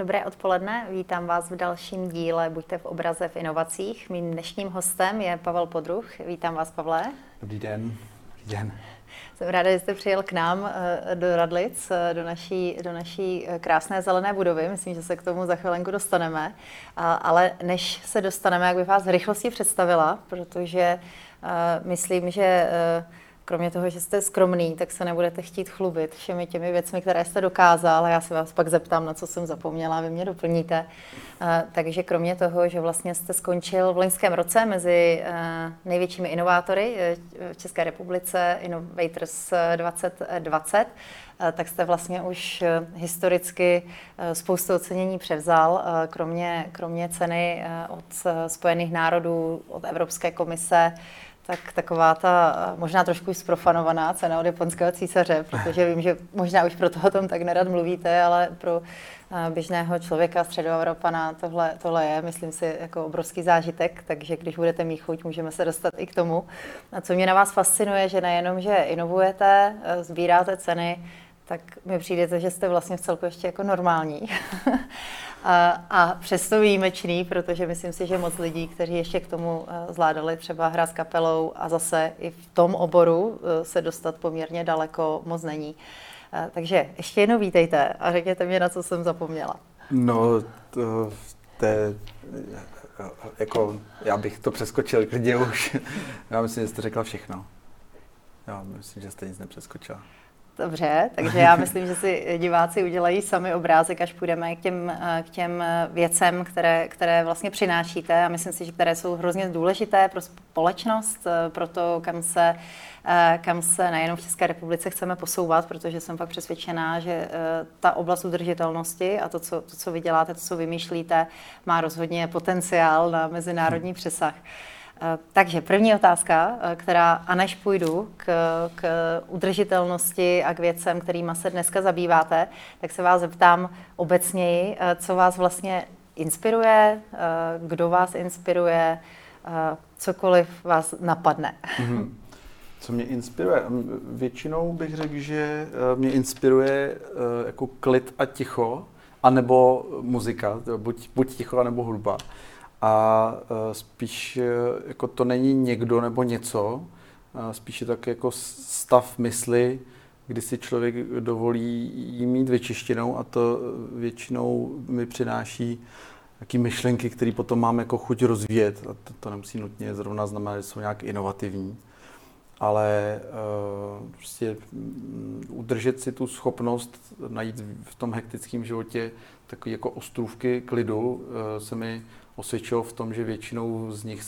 Dobré odpoledne, vítám vás v dalším díle Buďte v obraze v inovacích. Mým dnešním hostem je Pavel Podruh. Vítám vás, Pavle. Dobrý den. Dobrý den. Jsem ráda, že jste přijel k nám do Radlic, do naší krásné zelené budovy. Myslím, že se k tomu za chvilenku dostaneme. Ale než se dostaneme, jak bych vás v rychlosti představila, protože myslím, že kromě toho, že jste skromný, tak se nebudete chtít chlubit všemi těmi věcmi, které jste dokázal. Já se vás pak zeptám, na co jsem zapomněla, vy mě doplníte. Takže kromě toho, že vlastně jste skončil v loňském roce mezi největšími inovátory v České republice, Innovators 2020, tak jste vlastně už historicky spoustu ocenění převzal, kromě ceny od Spojených národů, od Evropské komise, tak taková ta možná trošku zprofanovaná cena od japonského císaře, protože vím, že možná už pro toho tom tak nerad mluvíte, ale pro běžného člověka, středoevropana, tohle je, myslím si, jako obrovský zážitek, takže když budete mít chuť, můžeme se dostat i k tomu. A co mě na vás fascinuje, že nejenom, že inovujete, sbíráte ceny, tak mi přijdete, že jste vlastně v celku ještě jako normální. A přesto výjimečný, protože myslím si, že moc lidí, kteří ještě k tomu zvládali třeba hrát s kapelou a zase i v tom oboru se dostat poměrně daleko, moc není. Takže ještě jednou vítejte a řekněte mi, na co jsem zapomněla. No, to je, jako, já bych to přeskočil klidně už. Já myslím, že jste řekla všechno. Já myslím, že jste nic nepřeskočila. Dobře, takže já myslím, že si diváci udělají sami obrázek, až půjdeme k těm věcem, které vlastně přinášíte, a myslím si, že které jsou hrozně důležité pro společnost, pro to, kam se nejenom v České republice chceme posouvat, protože jsem fakt přesvědčená, že ta oblast udržitelnosti a to, co vy děláte, to, co vymýšlíte, má rozhodně potenciál na mezinárodní přesah. Takže první otázka, a než půjdu k udržitelnosti a k věcem, kterýma se dneska zabýváte, tak se vás zeptám obecněji, co vás vlastně inspiruje, kdo vás inspiruje, cokoliv vás napadne. Co mě inspiruje? Většinou bych řekl, že mě inspiruje jako klid a ticho, anebo muzika, buď ticho, anebo hudba. A spíš jako to není někdo nebo něco, spíš je tak jako stav mysli, kdy si člověk dovolí jí mít vyčištěnou, a to většinou mi přináší taky myšlenky, které potom mám jako chuť rozvíjet. A to nemusí nutně zrovna znamenat, že jsou nějak inovativní, ale prostě udržet si tu schopnost najít v tom hektickém životě takové jako ostrůvky klidu se mi osvědčilo v tom, že většinou z nich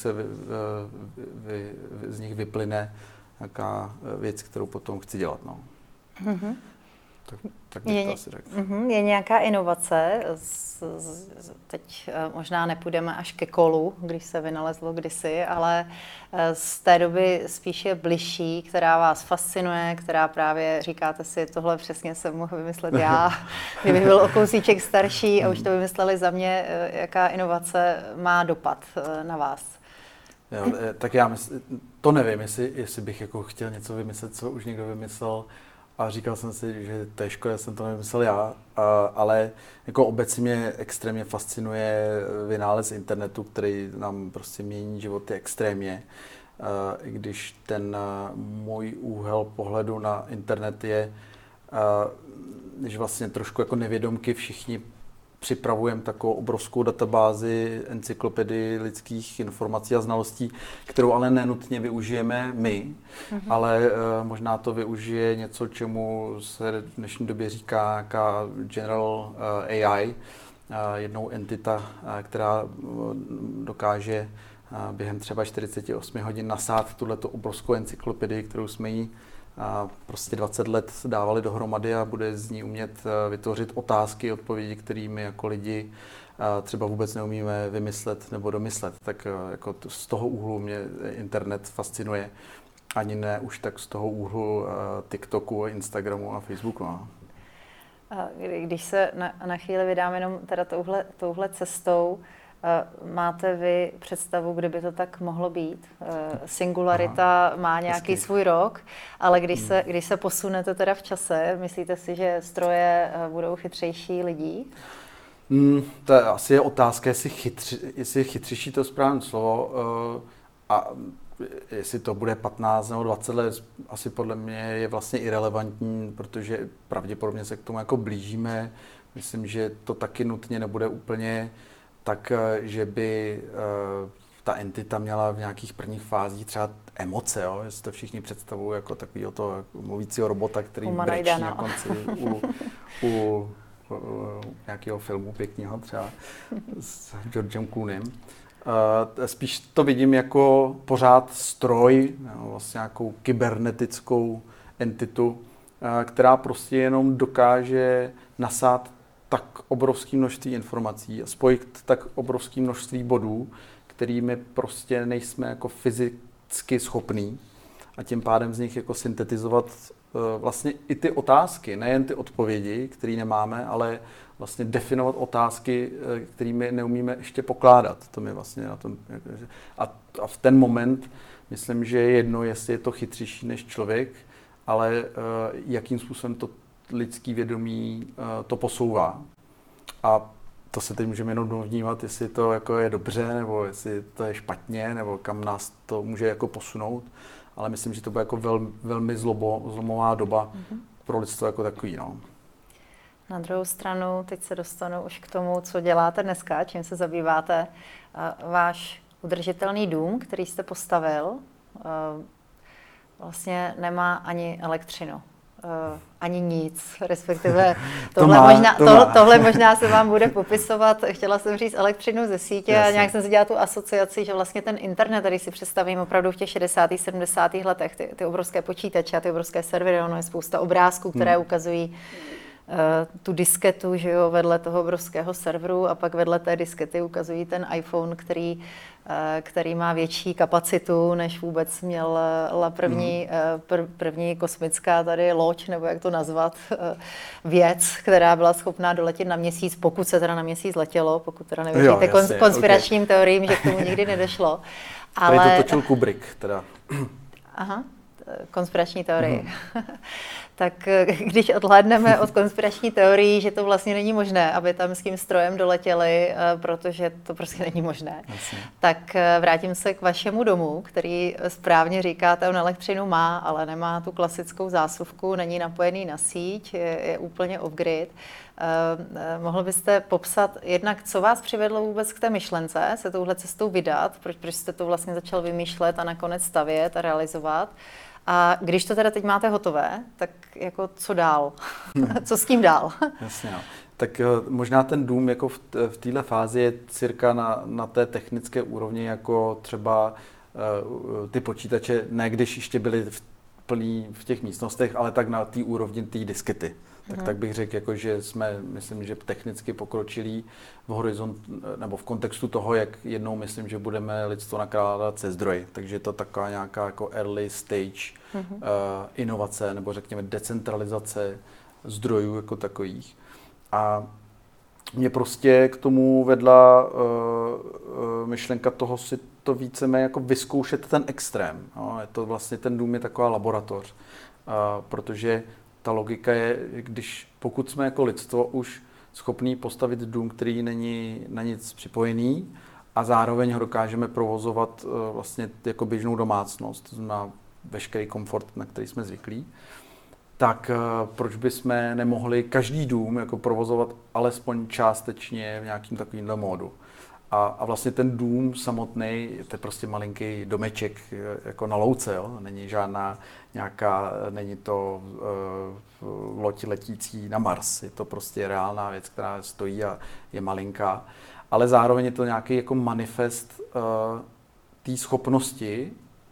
z nich vyplyne nějaká věc, kterou potom chci dělat. No. Mm-hmm. Tak bych to asi řekl. Je nějaká inovace, teď možná nepůjdeme až ke kolu, když se vynalezlo kdysi, ale z té doby spíše bližší, která vás fascinuje, která právě říkáte si, tohle přesně jsem mohl vymyslet já, kdybych byl o kousíček starší a už to vymysleli za mě, jaká inovace má dopad na vás? Jo, tak já to nevím, jestli bych jako chtěl něco vymyslet, co už někdo vymyslel. A říkal jsem si, že to je škoda, jsem to nevymyslel já, ale jako obecně mě extrémně fascinuje vynález internetu, který nám prostě mění životy extrémně. I když ten můj úhel pohledu na internet je, že vlastně trošku jako nevědomky všichni připravujeme takovou obrovskou databázi, encyklopedii lidských informací a znalostí, kterou ale nenutně využijeme my, ale možná to využije něco, čemu se v dnešní době říká General AI, jednou entita, která dokáže během třeba 48 hodin nasát tuhleto obrovskou encyklopedii, kterou jsme jí prostě 20 let dávali dohromady, a bude z ní umět vytvořit otázky, odpovědi, které my jako lidi třeba vůbec neumíme vymyslet nebo domyslet. Tak jako z toho úhlu mě internet fascinuje. Ani ne už tak z toho úhlu TikToku, Instagramu a Facebooku. No. Když se na chvíli vydám jenom teda touhle cestou, máte vy představu, kde by to tak mohlo být? Singularita má nějaký svůj rok, ale když se posunete teda v čase, myslíte si, že stroje budou chytřejší lidí? To asi je otázka, jestli je chytřejší to správné slovo a jestli to bude 15 nebo 20 let, asi podle mě je vlastně irelevantní, protože pravděpodobně se k tomu jako blížíme. Myslím, že to taky nutně nebude úplně tak, že by ta entita měla v nějakých prvních fázích třeba emoce, jo? Jestli to všichni představují jako takového toho mluvícího robota, který brečí na konci u nějakého filmu pěkného třeba s Georgem Clooneym. Spíš to vidím jako pořád stroj, vlastně nějakou kybernetickou entitu, která prostě jenom dokáže nasát tak obrovské množství informací a spojit tak obrovské množství bodů, kterými prostě nejsme jako fyzicky schopní a tím pádem z nich jako syntetizovat vlastně i ty otázky, nejen ty odpovědi, které nemáme, ale vlastně definovat otázky, kterými neumíme ještě pokládat. To mi vlastně na tom, a v ten moment myslím, že je jedno, jestli je to chytřejší než člověk, ale jakým způsobem to lidský vědomí to posouvá. A to se teď můžeme jenom vnímat, jestli to jako je dobře, nebo jestli to je špatně, nebo kam nás to může jako posunout. Ale myslím, že to bude jako velmi zlomová doba pro lidstvo jako takový. No. Na druhou stranu, teď se dostanu už k tomu, co děláte dneska, čím se zabýváte. Váš udržitelný dům, který jste postavil, vlastně nemá ani elektřinu. Ani nic, respektive tohle možná se vám bude popisovat. Chtěla jsem říct elektřinu ze sítě. Jasně. A nějak jsem si dělala tu asociaci, že vlastně ten internet, který si představím opravdu v těch 60. 70. letech, ty obrovské počítače a ty obrovské servery, ono je spousta obrázků, které ukazují tu disketu, že jo, vedle toho obrovského serveru a pak vedle té diskety ukazují ten iPhone, který má větší kapacitu, než vůbec měla první kosmická tady loď, nebo jak to nazvat, věc, která byla schopná doletět na Měsíc, pokud se teda na Měsíc letělo, pokud teda nevěříte konspiračním teoriím, že k tomu nikdy nedošlo. Ale tady to točil Kubrick, teda. Aha, konspirační teorie. Tak když odhlédneme od konspirační teorii, že to vlastně není možné, aby tam s tím strojem doletěli, protože to prostě není možné, tak vrátím se k vašemu domu, který správně říkáte, on elektřinu má, ale nemá tu klasickou zásuvku, není napojený na síť, je úplně off-grid. Mohl byste popsat jednak, co vás přivedlo vůbec k té myšlence, se touhle cestou vydat, proč jste to vlastně začal vymýšlet a nakonec stavět a realizovat? A když to teda teď máte hotové, tak jako co dál? Co s tím dál? Jasně, no. Tak možná ten dům jako v téhle fázi je cirka na té technické úrovni, jako třeba ty počítače, ne když ještě byly plný v těch místnostech, ale tak na té úrovni té diskety. Tak bych řekl, jako, že jsme, myslím, že technicky pokročilí v horizont, nebo v kontextu toho, jak jednou myslím, že budeme lidstvo nakládat se zdroji. Takže je to taková nějaká jako early stage inovace, nebo řekněme decentralizace zdrojů jako takových. A mě prostě k tomu vedla myšlenka toho si to víceméně jako vyzkoušet ten extrém. No, je to vlastně, ten dům je taková laboratoř, protože ta logika je, pokud jsme jako lidstvo už schopní postavit dům, který není na nic připojený a zároveň ho dokážeme provozovat vlastně jako běžnou domácnost, to znamená veškerý komfort, na který jsme zvyklí, tak proč bychom nemohli každý dům jako provozovat alespoň částečně v nějakým takovýmhle módu. A vlastně ten dům samotný, to je prostě malinký domeček jako na louce, jo? Není žádná není to loď letící na Mars, je to prostě reálná věc, která stojí a je malinká, ale zároveň je to nějaký jako manifest té schopnosti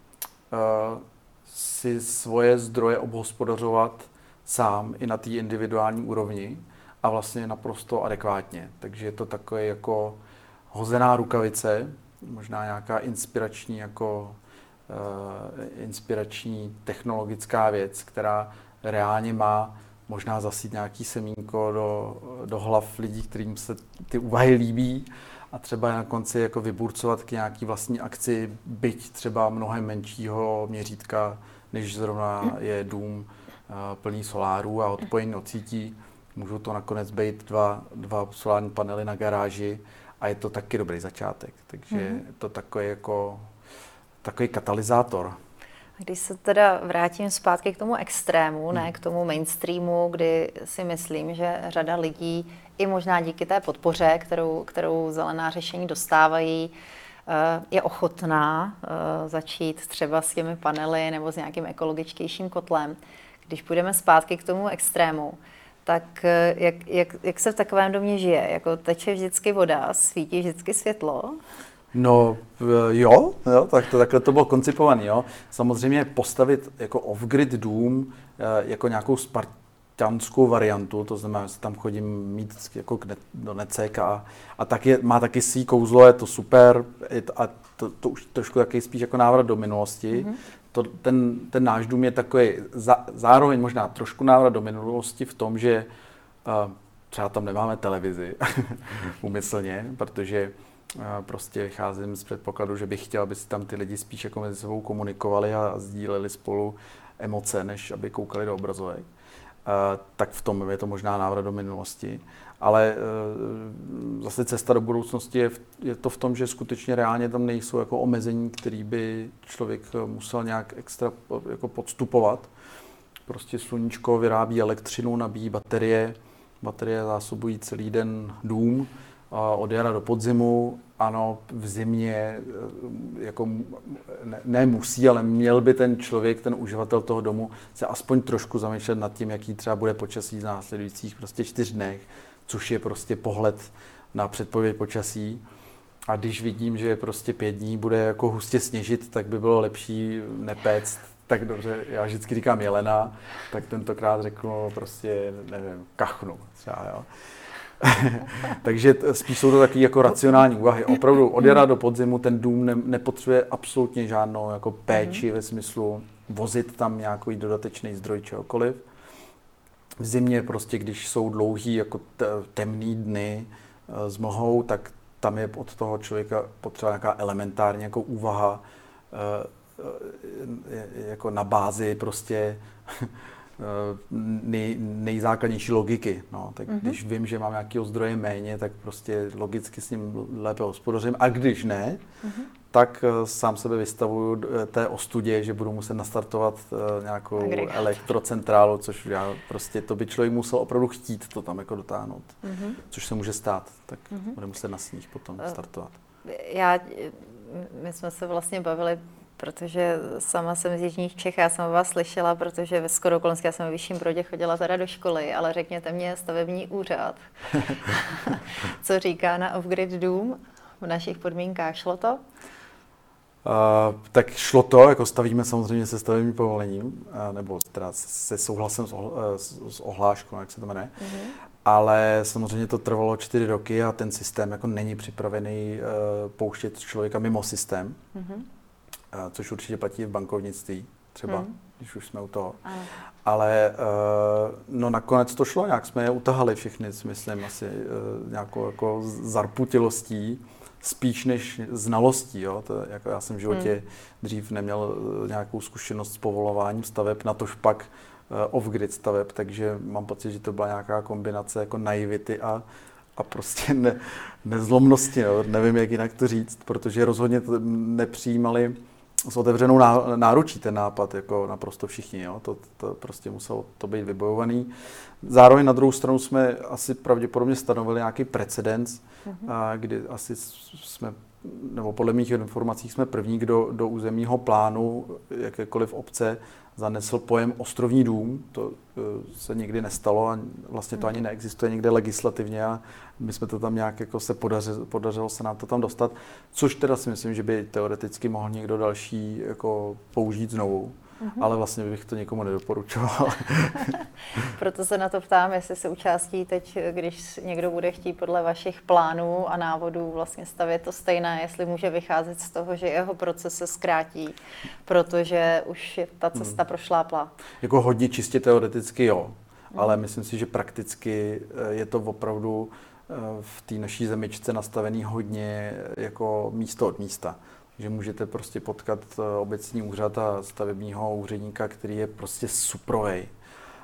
si svoje zdroje obhospodařovat sám i na té individuální úrovni a vlastně naprosto adekvátně. Takže je to takový jako hozená rukavice, možná nějaká inspirační technologická věc, která reálně má možná zasít nějaký semínko do hlav lidí, kterým se ty úvahy líbí a třeba na konci jako vyburcovat k nějaký vlastní akci, byť třeba mnohem menšího měřítka, než zrovna je dům plný solárů a odpojený od sítí, můžou to nakonec být dva solární panely na garáži a je to taky dobrý začátek. Takže je to takový katalyzátor. Když se teda vrátím zpátky k tomu extrému, ne k tomu mainstreamu, kdy si myslím, že řada lidí, i možná díky té podpoře, kterou zelená řešení dostávají, je ochotná začít třeba s těmi panely nebo s nějakým ekologičtějším kotlem. Když půjdeme zpátky k tomu extrému, tak jak se v takovém domě žije? Jako teče vždycky voda, svítí vždycky světlo? No jo, takhle to bylo koncipované. Jo. Samozřejmě postavit jako off-grid dům jako nějakou spartanskou variantu, to znamená, že tam chodím mít jako do necek a má taky svý kouzlo, je to super a to už trošku taky spíš jako návrat do minulosti. Ten náš dům je takový zároveň možná trošku návrat do minulosti v tom, že třeba tam nemáme televizi úmyslně, protože prostě vycházím z předpokladu, že bych chtěl, aby si tam ty lidi spíš jako mezi sebou komunikovali a sdíleli spolu emoce, než aby koukali do obrazovek. Tak v tom je to možná návrat do minulosti. Ale zase cesta do budoucnosti je to v tom, že skutečně reálně tam nejsou jako omezení, které by člověk musel nějak extra jako podstupovat. Prostě sluníčko vyrábí elektřinu, nabíjí baterie zásobují celý den dům, od jara do podzimu. Ano, v zimě jako nemusí, ale měl by ten člověk, ten uživatel toho domu se aspoň trošku zamýšlet nad tím, jaký třeba bude počasí v následujících 4 dnech, což je prostě pohled na předpověď počasí. A když vidím, že prostě 5 dní bude jako hustě sněžit, tak by bylo lepší nepéct. Tak dobře, já vždycky říkám jelena, tak tentokrát řeknu prostě, nevím, kachnu třeba, jo. Takže spíš jsou to takové jako racionální úvahy. Opravdu od jara do podzimu ten dům nepotřebuje absolutně žádnou jako péči ve smyslu vozit tam nějaký dodatečný zdroj čehokoliv. V zimě prostě, když jsou dlouhý jako temný dny s mlhou, tak tam je od toho člověka potřeba nějaká elementární jako úvaha jako na bázi prostě nejzákladnější logiky. No. Tak když vím, že mám nějakého zdroje méně, tak prostě logicky s ním lépe hospodařím. A když ne, tak sám sebe vystavuju té ostudě, že budu muset nastartovat nějakou elektrocentrálu, což já prostě to by člověk musel opravdu chtít to tam jako dotáhnout. Což se může stát, tak bude muset na sníh potom startovat. My jsme se vlastně bavili, protože sama jsem z jižních Čech, já jsem o vás slyšela, protože ve shodou okolností já jsem ve Vyšším Brodě chodila teda do školy, ale řekněte mě stavební úřad, co říká na off-grid dům v našich podmínkách, šlo to? Tak šlo to, jako stavíme samozřejmě se stavebním povolením, nebo teda se souhlasem s ohláškou, jak se to jmenuje. Ale samozřejmě to trvalo 4 roky a ten systém jako není připravený pouštět člověka mimo systém. Což určitě platí v bankovnictví třeba, když už jsme u toho. Ale no nakonec to šlo, nějak jsme je utahali všechny, si myslím, asi nějakou jako zarputilostí, spíš než znalostí. Jo? To, jako já jsem v životě dřív neměl nějakou zkušenost s povolováním staveb, natož pak off-grid staveb, takže mám pocit, že to byla nějaká kombinace jako naivity a prostě nezlomnosti. Jo? Nevím, jak jinak to říct, protože rozhodně nepřijímali s otevřenou náručí ten nápad, jako naprosto všichni. Jo? To prostě muselo to být vybojovaný. Zároveň na druhou stranu jsme asi pravděpodobně stanovili nějaký precedens, kdy asi jsme, nebo podle mých informací jsme první, kdo do územního plánu jakékoliv obce zanesl pojem ostrovní dům. To se nikdy nestalo a vlastně to ani neexistuje někde legislativně a my jsme to tam nějak jako se podařilo se nám to tam dostat, což teda si myslím, že by teoreticky mohl někdo další jako použít znovu. Ale vlastně bych to nikomu nedoporučoval. Proto se na to ptám, jestli se účastí teď, když někdo bude chtít podle vašich plánů a návodů vlastně stavět to stejné, jestli může vycházet z toho, že jeho proces se zkrátí, protože už je ta cesta prošláplá. Jako hodně čistě teoreticky jo, ale myslím si, že prakticky je to opravdu v té naší zemičce nastavený hodně jako místo od místa. Že můžete prostě potkat obecní úřad a stavebního úředníka, který je prostě suprovej.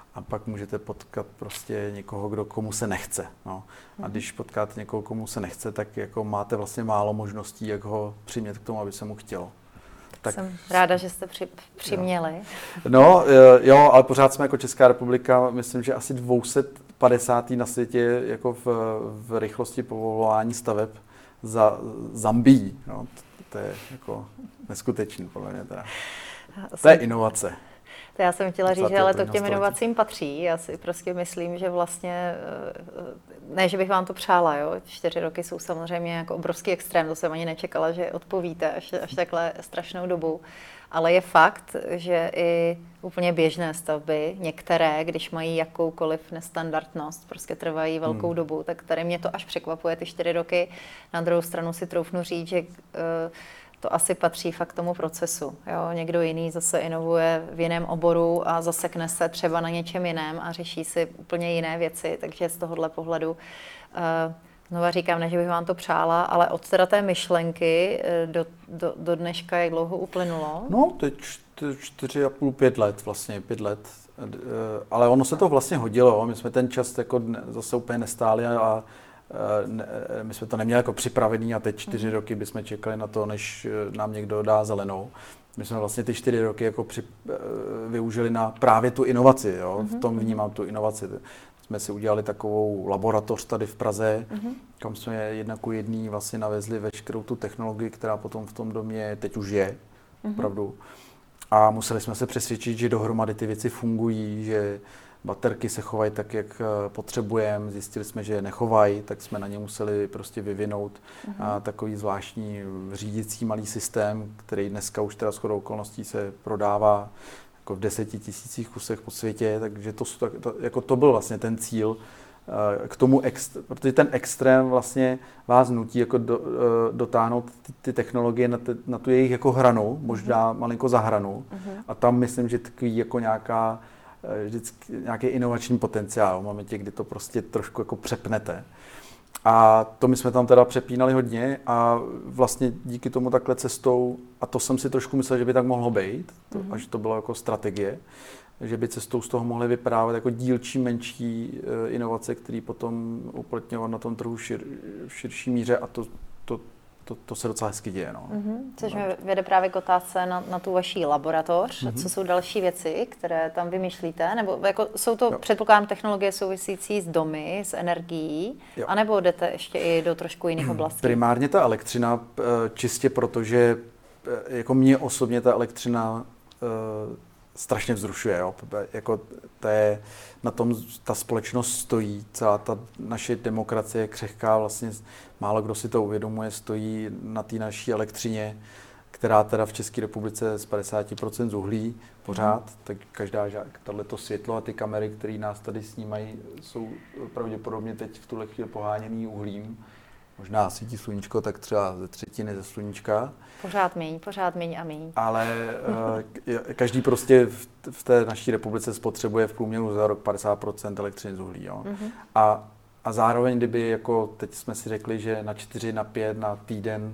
a pak můžete potkat prostě někoho, komu se nechce. No. A když potkáte někoho, komu se nechce, tak jako máte vlastně málo možností, jak ho přimět k tomu, aby se mu chtělo. Tak jsem ráda, že jste přiměli. No, jo, ale pořád jsme jako Česká republika, myslím, že asi 250. na světě jako v rychlosti povolování staveb za Zambii. No, to je jako neskutečný, podle mě teda. To je inovace. To já jsem chtěla říct, že ale to k těm inovacím patří. Já si prostě myslím, že vlastně, ne, že bych vám to přála, jo. 4 roky jsou samozřejmě jako obrovský extrém, to jsem ani nečekala, že odpovíte až takhle strašnou dobu. Ale je fakt, že i úplně běžné stavby, některé, když mají jakoukoliv nestandardnost, prostě trvají velkou dobu, tak tady mě to až překvapuje ty 4 roky. Na druhou stranu si troufnu říct, že to asi patří fakt k tomu procesu. Jo? Někdo jiný zase inovuje v jiném oboru a zasekne se třeba na něčem jiném a řeší si úplně jiné věci, takže z tohohle pohledu znova říkám, ne, že bych vám to přála, ale od teda té myšlenky do dneška, jak dlouho uplynulo? No, teď 4,5-5 let, vlastně 5 let. Ale ono se to vlastně hodilo. My jsme ten čas jako zase úplně nestáli a my jsme to neměli jako připravený a teď 4 roky bychom čekali na to, než nám někdo dá zelenou. My jsme vlastně ty 4 roky jako využili na právě tu inovaci. Jo? V tom vnímám tu inovaci. Jsme si udělali takovou laboratoř tady v Praze, kam jsme 1:1 vlastně navezli veškerou tu technologii, která potom v tom domě teď už je, opravdu. A museli jsme se přesvědčit, že dohromady ty věci fungují, že baterky se chovají tak, jak potřebujeme. Zjistili jsme, že je nechovají, tak jsme na ně museli prostě vyvinout takový zvláštní řídící malý systém, který dneska už teda shodou okolností se prodává jako v 10 000 kusech po světě, takže to byl vlastně ten cíl k tomu, protože ten extrém vlastně vás nutí jako dotáhnout ty technologie na tu jejich jako hranu, možná malinko za hranu. A tam myslím, že takový jako nějaký inovační potenciál v momentě, kdy to prostě trošku jako přepnete. A to my jsme tam teda přepínali hodně a vlastně díky tomu takhle cestou, a to jsem si trošku myslel, že by tak mohlo být, až to bylo jako strategie, že by cestou z toho mohly vyprávět jako dílčí, menší inovace, které potom uplatňovat na tom trhu v širší míře a to se docela hezky děje. No. Což mě vede právě k otázce na tu vaší laboratoř. Co jsou další věci, které tam vymýšlíte? Nebo jako jsou to, předpokládám, technologie související s domy, s energií, anebo jdete ještě i do trošku jiných oblastí? Primárně ta elektřina, čistě protože jako mě osobně ta elektřina strašně vzrušuje. Jo? Jako na tom ta společnost stojí, celá ta naše demokracie je křehká, vlastně málo kdo si to uvědomuje, stojí na té naší elektřině, která teda v České republice z 50% z uhlí pořád, tak tohleto světlo a ty kamery, které nás tady snímají, jsou pravděpodobně teď v tuhle chvíli poháněný uhlím. Možná svítí sluníčko, tak třeba ze 1/3 ze sluníčka. Pořád míň a míň. Ale každý prostě v té naší republice spotřebuje v průměru za rok 50% elektřiny z uhlí. Jo? A zároveň, kdyby jako teď jsme si řekli, že na 4, na 5, na týden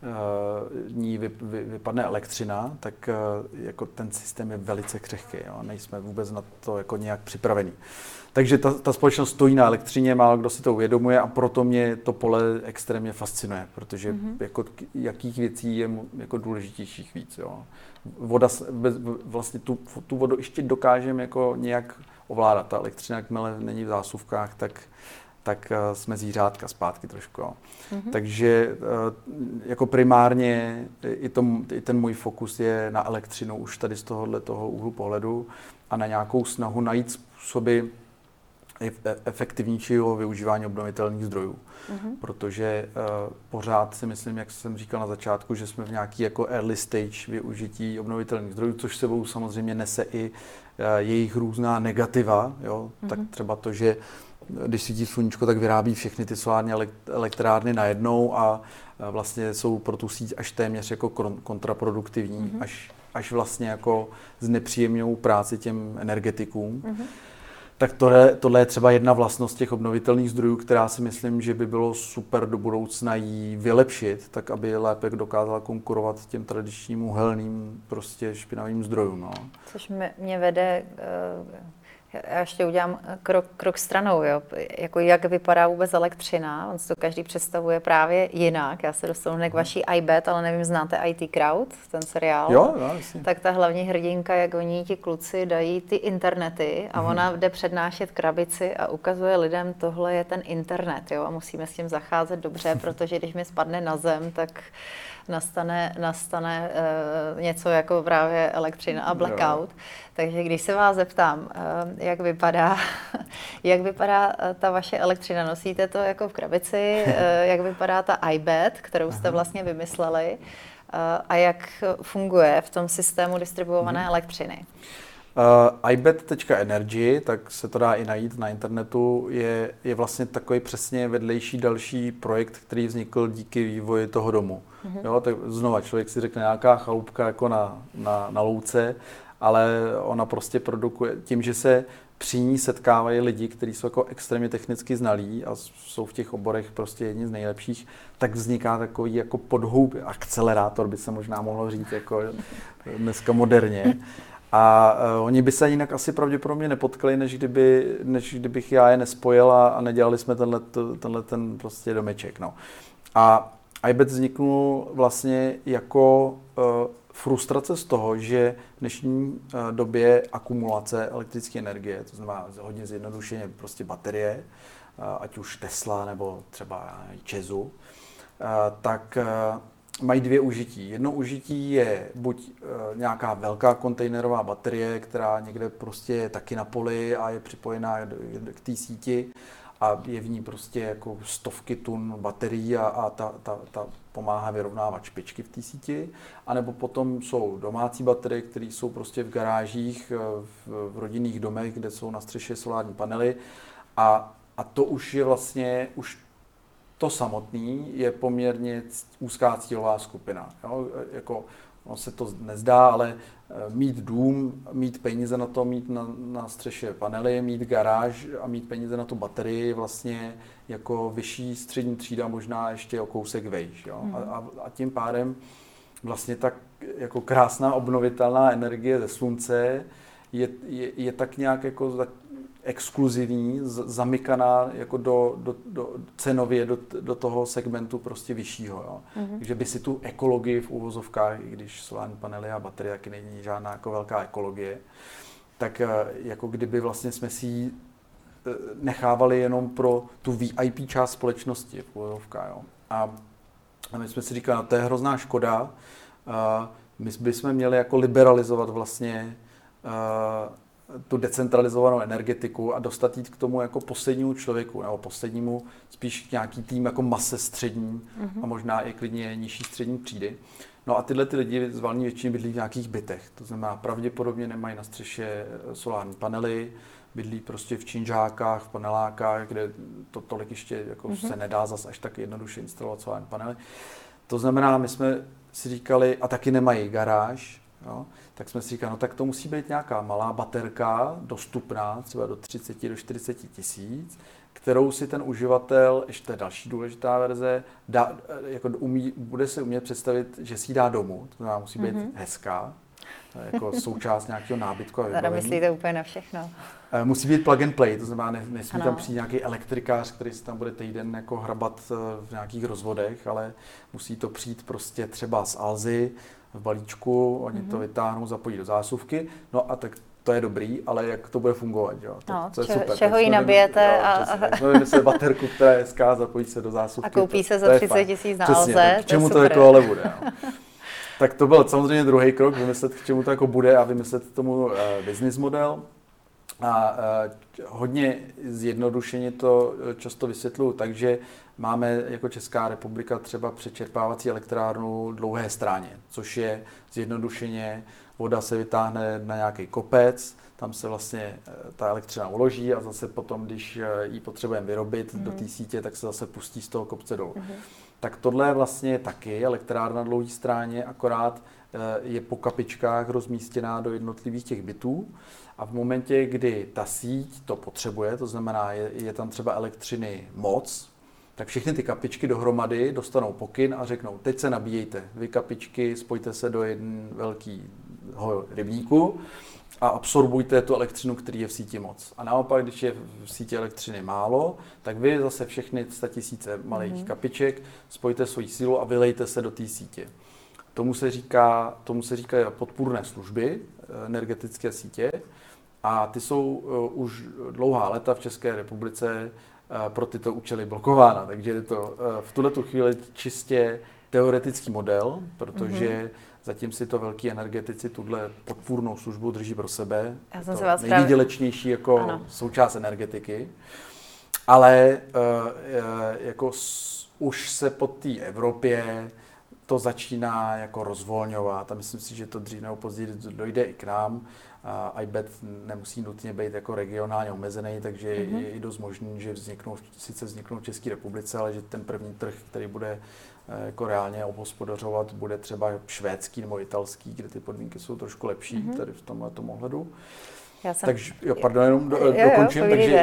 dní vypadne elektřina, tak jako ten systém je velice křehký. Jo? Nejsme vůbec na to jako nějak připravení. Takže ta společnost stojí na elektřině, málo kdo si to uvědomuje a proto mě to pole extrémně fascinuje, protože jako jakých věcí je jako důležitějších víc. Jo. Voda, vlastně tu vodu ještě dokážeme jako nějak ovládat. Ta elektřina, jakmile není v zásuvkách, tak jsme zvířátka zpátky trošku. Jo. Takže jako primárně i ten můj fokus je na elektřinu už tady z toho úhlu pohledu a na nějakou snahu najít způsoby efektivnějšího využívání obnovitelných zdrojů. Protože pořád si myslím, jak jsem říkal na začátku, že jsme v nějaký jako early stage využití obnovitelných zdrojů, což sebou samozřejmě nese i jejich různá negativa. Jo? Tak třeba to, že když svítí sluníčko, tak vyrábí všechny ty solární elektrárny najednou a vlastně jsou pro tu síť až téměř jako kontraproduktivní, až vlastně jako znepříjemňují práci těm energetikům. Tak tohle je třeba jedna vlastnost těch obnovitelných zdrojů, která si myslím, že by bylo super do budoucna jí vylepšit, tak aby lépe dokázala konkurovat těm tradičním uhelným prostě špinavým zdrojům. No. Což mě vede Já ještě udělám krok stranou, jo. Jako jak vypadá vůbec elektřina, on si to každý představuje právě jinak. Já se dostanu hned k vaší iBet, ale nevím, znáte IT Crowd, ten seriál? Jo, jasně. Tak ta hlavní hrdinka, jak oni ti kluci dají ty internety a ona jde přednášet krabici a ukazuje lidem, tohle je ten internet, jo, a musíme s tím zacházet dobře, protože když mi spadne na zem, tak nastane něco jako právě elektřina a blackout. Takže když se vás zeptám, jak vypadá ta vaše elektřina, nosíte to jako v krabici, jak vypadá ta iBet, kterou jste vlastně vymysleli, a jak funguje v tom systému distribuované elektřiny? iBet.energy, tak se to dá i najít na internetu, je vlastně takový přesně vedlejší další projekt, který vznikl díky vývoji toho domu. Jo, tak znova člověk si řekne nějaká chalupka jako na louce, ale ona prostě produkuje tím, že se při ní setkávají lidi, kteří jsou jako extrémně technicky znalí a jsou v těch oborech prostě jedni z nejlepších, tak vzniká takový jako akcelerátor, by se možná mohlo říct jako dneska moderně. A oni by se jinak asi pravděpodobně nepotkali, než kdybych já je nespojil a nedělali jsme tenhle prostě domeček. No. A iBet vzniknul vlastně jako frustrace z toho, že v dnešní době akumulace elektrické energie, to znamená hodně zjednodušeně prostě baterie, ať už Tesla nebo třeba ČEZu, tak mají dvě užití. Jedno užití je buď nějaká velká kontejnerová baterie, která někde prostě je taky na poli a je připojená k té síti a je v ní prostě jako stovky tun baterií a ta pomáhá vyrovnávat špičky v té síti. A nebo potom jsou domácí baterie, které jsou prostě v garážích, v rodinných domech, kde jsou na střeše solární panely. A to už je vlastně, už to samotný je poměrně úzká cílová skupina. Jo? Jako, ono se to nezdá, ale mít dům, mít peníze na to, mít na střeše panely, mít garáž a mít peníze na tu baterii vlastně jako vyšší střední třída, možná ještě o kousek vejš. Jo? A tím pádem vlastně tak jako krásná obnovitelná energie ze slunce je tak nějak jako exkluzivní, zamykaná jako cenově do toho segmentu prostě vyššího. Jo. Takže by si tu ekologii v uvozovkách, i když solární panely a baterie taky není žádná jako velká ekologie, tak jako kdyby vlastně jsme si ji nechávali jenom pro tu VIP část společnosti v uvozovkách. Jo. A my jsme si říkali, no, to je hrozná škoda, my bychom měli jako liberalizovat vlastně tu decentralizovanou energetiku a dostat jít k tomu jako poslednímu člověku, nebo poslednímu spíš nějaký tým jako mase střední a možná i klidně nižší střední třídy. No a tyhle ty lidi z valné většiny bydlí v nějakých bytech, to znamená pravděpodobně nemají na střeše solární panely, bydlí prostě v činžákách, v panelákách, kde to tolik ještě jako se nedá zas až tak jednoduše instalovat solární panely. To znamená, my jsme si říkali, a taky nemají garáž, jo, tak jsme si říkali, no tak to musí být nějaká malá baterka, dostupná třeba do 30 do 40 tisíc, kterou si ten uživatel, ještě to je další důležitá verze, bude se umět představit, že si ji dá domů, to znamená, musí být hezká, jako součást nějakého nábytku a vybavení. Tady myslíte úplně na všechno. Musí být plug and play, to znamená, nesmí tam přijít nějaký elektrikář, který si tam bude týden jako hrabat v nějakých rozvodech, ale musí to přijít prostě třeba z Alzy, v balíčku, oni to vytáhnou, zapojí do zásuvky, no a tak to je dobrý, ale jak to bude fungovat, jo? To je super. Čeho ji nabijete jsme vymysleli baterku, která je hezká, zapojí se do zásuvky. A koupí se za 30 tisíc na Alze. K čemu to jako ale bude, jo? Tak to byl samozřejmě druhý krok, vymyslet, k čemu to jako bude a vymyslet tomu business model. A hodně zjednodušeně to často vysvětluju, takže máme jako Česká republika třeba přečerpávací elektrárnu Dlouhé Stráně, což je zjednodušeně, voda se vytáhne na nějaký kopec, tam se vlastně ta elektřina uloží a zase potom, když ji potřebujeme vyrobit do té sítě, tak se zase pustí z toho kopce dolů. Tak tohle je vlastně taky elektrárna Dlouhé Stráně, akorát je po kapičkách rozmístěná do jednotlivých těch bytů a v momentě, kdy ta síť to potřebuje, to znamená, je tam třeba elektřiny moc, tak všechny ty kapičky dohromady dostanou pokyn a řeknou, teď se nabíjejte, vy kapičky, spojte se do jednoho velkého rybníku a absorbujte tu elektřinu, který je v síti moc. A naopak, když je v síti elektřiny málo, tak vy zase všechny 100 000 malých kapiček spojte svoji sílu a vylejte se do té sítě. Tomu se říká podpůrné služby, energetické sítě, a ty jsou už dlouhá léta v České republice pro tyto účely blokována. Takže je to v tuhletu chvíli čistě teoretický model, protože zatím si to velký energetici tuhle podpůrnou službu drží pro sebe. Já jsem to se vás nejvýdělečnější jako součást energetiky. Ale jako už se po té Evropě to začíná jako rozvolňovat a myslím si, že to dřív nebo později dojde i k nám. iBet nemusí nutně být jako regionálně omezený, takže je i dost možný, že vzniknou v České republice, ale že ten první trh, který bude jako reálně obhospodařovat, bude třeba švédský nebo italský, kde ty podmínky jsou trošku lepší tady v tomhletom ohledu. Takže, jenom dokončím. Takže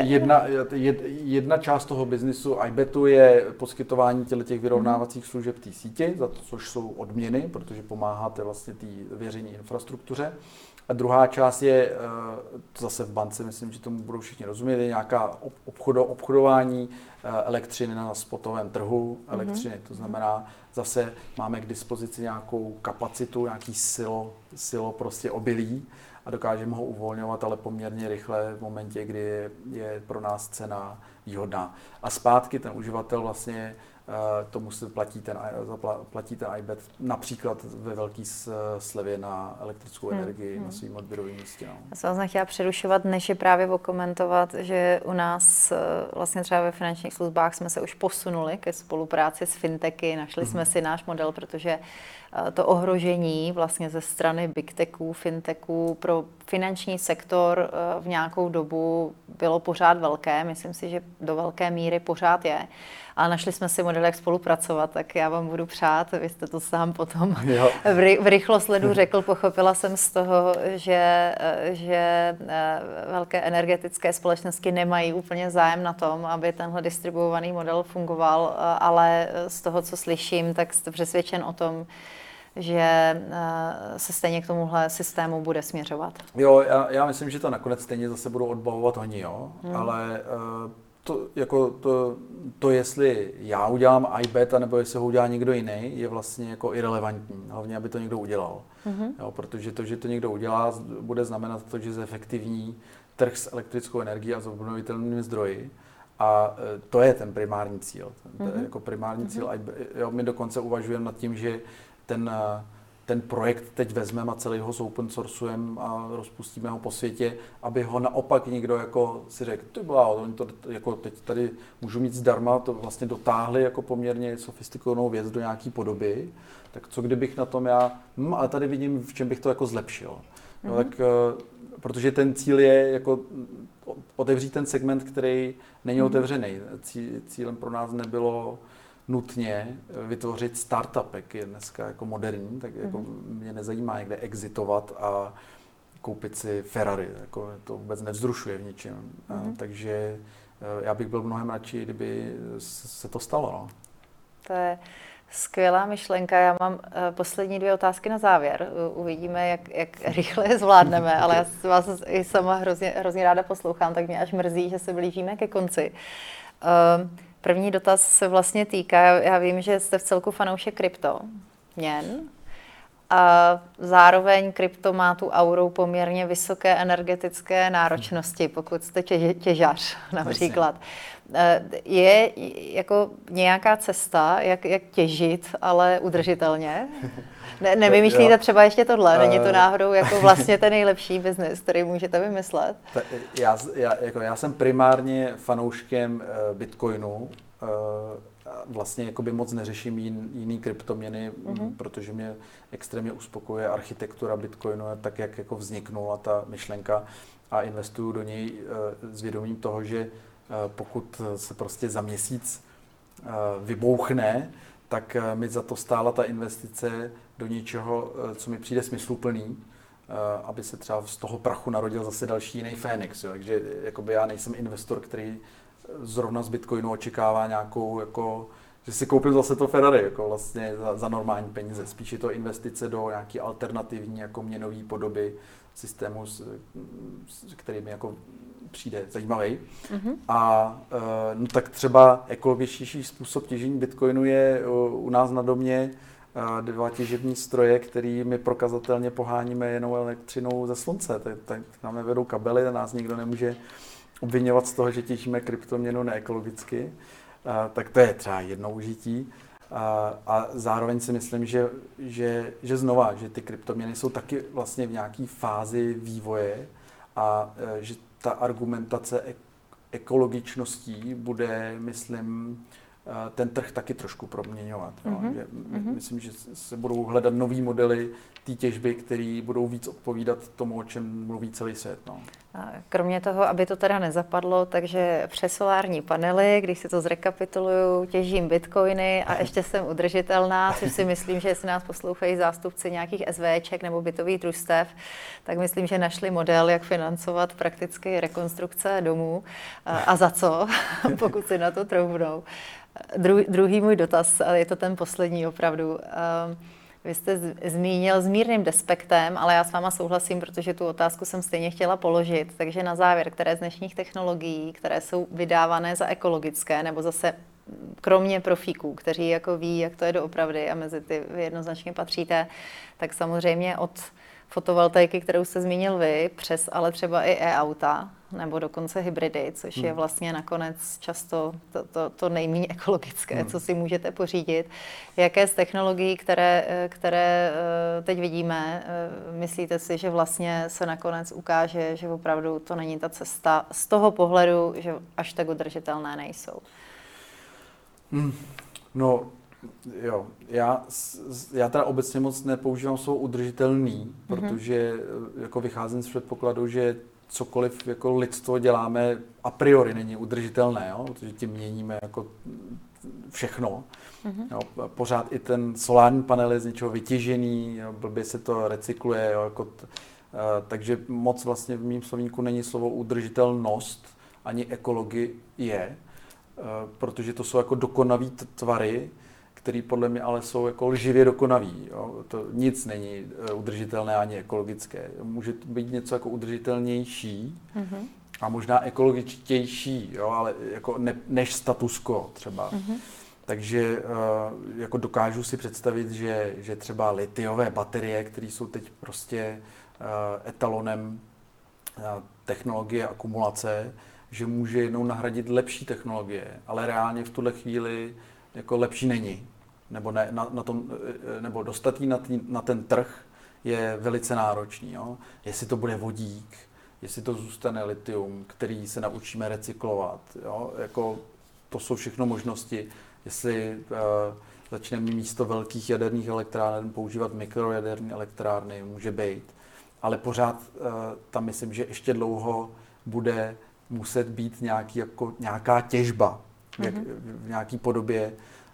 jedna část toho biznisu iBetu je poskytování těch vyrovnávacích služeb té síti, za to, což jsou odměny, protože pomáháte vlastně té veřejné infrastruktuře. A druhá část je, zase v bance, myslím, že tomu budou všichni rozumět, je nějaká obchodování elektřiny na spotovém trhu elektřiny. To znamená, zase máme k dispozici nějakou kapacitu, nějaký silo prostě obilí a dokážeme ho uvolňovat, ale poměrně rychle v momentě, kdy je pro nás cena výhodná. A zpátky ten uživatel vlastně tomu se platí ten iBet například ve velký slevě na elektrickou energii na svým odběrovém místě. No. Já jsem vás nechtěla přerušovat, než je právě okomentovat, že u nás vlastně třeba ve finančních službách jsme se už posunuli ke spolupráci s fintechy, našli jsme si náš model, protože to ohrožení vlastně ze strany big techů, fintechů pro finanční sektor v nějakou dobu bylo pořád velké. Myslím si, že do velké míry pořád je. Ale našli jsme si model, jak spolupracovat, tak já vám budu přát, vy jste to sám potom v rychlosledu řekl, pochopila jsem z toho, že velké energetické společnosti nemají úplně zájem na tom, aby tenhle distribuovaný model fungoval, ale z toho, co slyším, tak jste přesvědčen o tom, že se stejně k tomuhle systému bude směřovat. Jo, já myslím, že to nakonec stejně zase budou odbavovat oni, ale to, jestli já udělám iBet, nebo jestli ho udělá někdo jiný, je vlastně jako irelevantní. Hlavně, aby to někdo udělal. Jo, protože to, že to někdo udělá, bude znamenat to, že zefektivní trh s elektrickou energií a s obnovitelnými zdroji. A to je ten primární cíl. Jako primární cíl iBet. My dokonce uvažujeme nad tím, že ten projekt teď vezmeme a celý ho open sourcujeme a rozpustíme ho po světě, aby ho naopak někdo jako si řekl, oni to jako teď tady můžu mít zdarma, to vlastně dotáhli jako poměrně sofistikovanou věc do nějaký podoby, tak co kdybych na tom ale tady vidím, v čem bych to jako zlepšil. No, tak, protože ten cíl je jako otevřít ten segment, který není otevřený. Cílem pro nás nebylo nutně vytvořit startup, jak je dneska jako moderní, tak jako mě nezajímá někde exitovat a koupit si Ferrari, jako to vůbec nevzrušuje v ničem. Takže já bych byl mnohem radši, kdyby se to stalo. No. To je skvělá myšlenka. Já mám poslední 2 otázky na závěr. Uvidíme, jak rychle je zvládneme, ale já vás i sama hrozně ráda poslouchám, tak mě až mrzí, že se blížíme ke konci. První dotaz se vlastně týká, já vím, že jste v celku fanoušek kryptoměn a zároveň krypto má tu auru poměrně vysoké energetické náročnosti, pokud jste těžař například. Je jako nějaká cesta, jak těžit, ale udržitelně? Nevymýšlíte třeba ještě tohle? Není to náhodou jako vlastně ten nejlepší biznis, který můžete vymyslet? Já jsem primárně fanouškem Bitcoinu. Vlastně jakoby moc neřeším jiný kryptoměny, protože mě extrémně uspokojuje architektura Bitcoinu, tak jak jako vzniknula ta myšlenka a investuju do něj s vědomím toho, že pokud se prostě za měsíc vybouchne, tak mi za to stála ta investice do něčeho, co mi přijde smysluplný, aby se třeba z toho prachu narodil zase další jiný Fénix. Jo. Takže jakoby já nejsem investor, který zrovna z Bitcoinu očekává nějakou jako že si koupím zase to Ferrari jako vlastně za normální peníze. Spíš je to investice do nějaké alternativní jako měnové podoby systému, který mi jako přijde zajímavý. A no tak třeba ekologičtější způsob těžení bitcoinu je u nás na domě 2 těžební stroje, kterými prokazatelně poháníme jenom elektřinou ze slunce. Tak nám nevedou kabely a nás nikdo nemůže obviňovat z toho, že těžíme kryptoměnu neekologicky. Tak to je třeba jedno užití. A zároveň si myslím, že znova, že ty kryptoměny jsou taky vlastně v nějaké fázi vývoje a že ta argumentace ekologičností bude, myslím, ten trh taky trošku proměňovat. Myslím, že se budou hledat nový modely té těžby, které budou víc odpovídat tomu, o čem mluví celý svět. No. Kromě toho, aby to teda nezapadlo, takže přes solární panely, když si to zrekapituluju, těžím bitcoiny a ještě jsem udržitelná, což si myslím, že jestli nás poslouchají zástupci nějakých SVček nebo bytových družstev, tak myslím, že našli model, jak financovat prakticky rekonstrukce domů a za co, pokud si na to troufnou. Druhý můj dotaz, ale je to ten poslední opravdu. Vy jste zmínil s mírným despektem, ale já s váma souhlasím, protože tu otázku jsem stejně chtěla položit. Takže na závěr, které z dnešních technologií, které jsou vydávané za ekologické, nebo zase kromě profíků, kteří jako ví, jak to je doopravdy a mezi ty vy jednoznačně patříte, tak samozřejmě od fotovoltaiky, kterou jste zmínil vy, přes ale třeba i e-auta, nebo dokonce hybridy, což je vlastně nakonec často to nejméně ekologické, co si můžete pořídit. Jaké z technologií, které teď vidíme, myslíte si, že vlastně se nakonec ukáže, že opravdu to není ta cesta z toho pohledu, že až tak udržitelné nejsou? No, jo, já teda obecně moc nepoužívám slovo udržitelný, protože jako vycházím z předpokladu, že cokoliv jako lidstvo děláme a priori není udržitelné, jo? Protože tím měníme jako všechno. Jo? Pořád i ten solární panel je z něčeho vytěžený, jo? Blbě se to recykluje, jo? Jako takže moc vlastně v mém slovníku není slovo udržitelnost, ani ekologie, protože to jsou jako dokonavý tvary, který podle mě ale jsou jako lživě dokonavý. Jo? To nic není udržitelné ani ekologické. Může být něco jako udržitelnější a možná ekologičtější, jo? Ale jako než status quo třeba. Takže jako dokážu si představit, že třeba litiové baterie, které jsou teď prostě etalonem technologie akumulace, že může jednou nahradit lepší technologie, ale reálně v tuhle chvíli jako lepší není. Nebo, nebo dostat jí na ten trh je velice náročný. Jo? Jestli to bude vodík, jestli to zůstane litium, který se naučíme recyklovat. Jo? Jako, to jsou všechno možnosti. Jestli začneme místo velkých jaderných elektráren používat mikrojaderné elektrárny, může být. Ale pořád tam myslím, že ještě dlouho bude muset být nějaká těžba v nějaké podobě.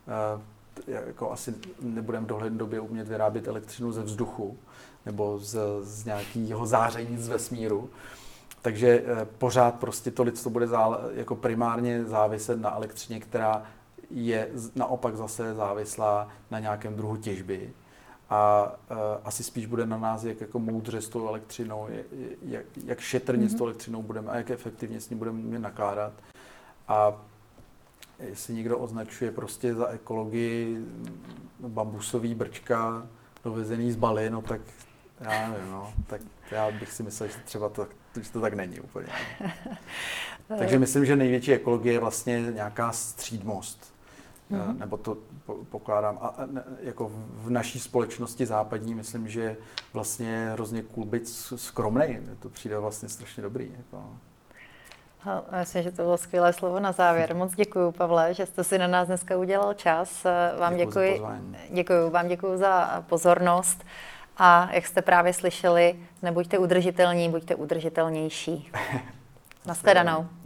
Jako asi nebudeme v dohledné době umět vyrábět elektřinu ze vzduchu nebo z nějakého záření z vesmíru. Takže pořád prostě to lidstvo bude jako primárně záviset na elektřině, která je naopak zase závislá na nějakém druhu těžby. A asi spíš bude na nás, jak jako moudře s tou elektřinou, jak šetrně s tou elektřinou budeme a jak efektivně s ní budeme nakládat. A jestli někdo označuje prostě za ekologii bambusový brčka dovezený z Bali, no tak já nevím, no, tak já bych si myslel, že třeba to tak není úplně. Takže myslím, že největší ekologie je vlastně nějaká střídmost. Nebo to pokládám. A jako v naší společnosti západní myslím, že vlastně je hrozně cool být skromnej. To přijde vlastně strašně dobrý. Jako. Myslím, že to bylo skvělé slovo na závěr. Moc děkuji, Pavle, že jste si na nás dneska udělal čas. Děkuji za pozornost. A jak jste právě slyšeli, nebuďte udržitelní, buďte udržitelnější. Nashledanou.